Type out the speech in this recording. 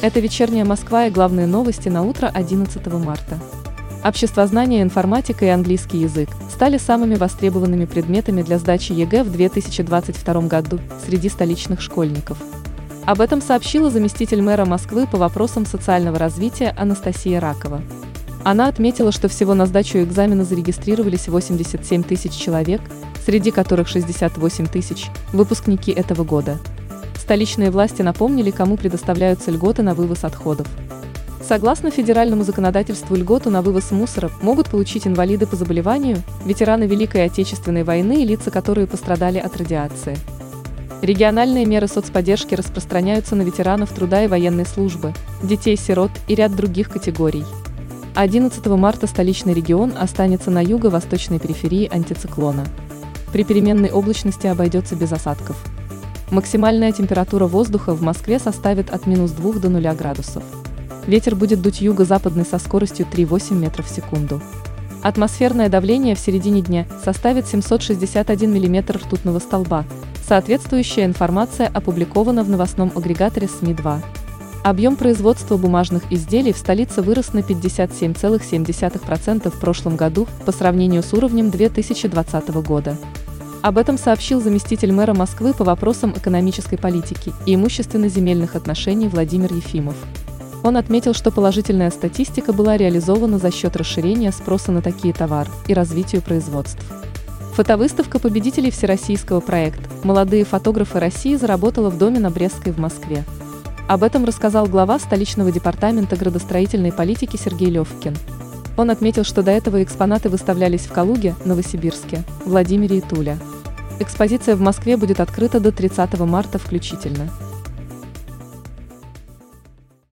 Это «Вечерняя Москва» и главные новости на утро 11 марта. Обществознание, информатика и английский язык стали самыми востребованными предметами для сдачи ЕГЭ в 2022 году среди столичных школьников. Об этом сообщила заместитель мэра Москвы по вопросам социального развития Анастасия Ракова. Она отметила, что всего на сдачу экзамена зарегистрировались 87 тысяч человек, среди которых 68 тысяч – выпускники этого года. Столичные власти напомнили, кому предоставляются льготы на вывоз отходов. Согласно федеральному законодательству, льготу на вывоз мусора могут получить инвалиды по заболеванию, ветераны Великой Отечественной войны и лица, которые пострадали от радиации. Региональные меры соцподдержки распространяются на ветеранов труда и военной службы, детей-сирот и ряд других категорий. 11 марта столичный регион останется на юго-восточной периферии антициклона. При переменной облачности обойдется без осадков. Максимальная температура воздуха в Москве составит от -2 до 0 градусов. Ветер будет дуть юго-западный со скоростью 3,8 метров в секунду. Атмосферное давление в середине дня составит 761 мм ртутного столба. Соответствующая информация опубликована в новостном агрегаторе СМИ-2. Объем производства бумажных изделий в столице вырос на 57,7% в прошлом году по сравнению с уровнем 2020 года. Об этом сообщил заместитель мэра Москвы по вопросам экономической политики и имущественно-земельных отношений Владимир Ефимов. Он отметил, что положительная статистика была реализована за счет расширения спроса на такие товары и развития производств. Фотовыставка победителей всероссийского проекта «Молодые фотографы России» заработала в доме на Брестской в Москве. Об этом рассказал глава столичного департамента градостроительной политики Сергей Левкин. Он отметил, что до этого экспонаты выставлялись в Калуге, Новосибирске, Владимире и Туле. Экспозиция в Москве будет открыта до 30 марта включительно.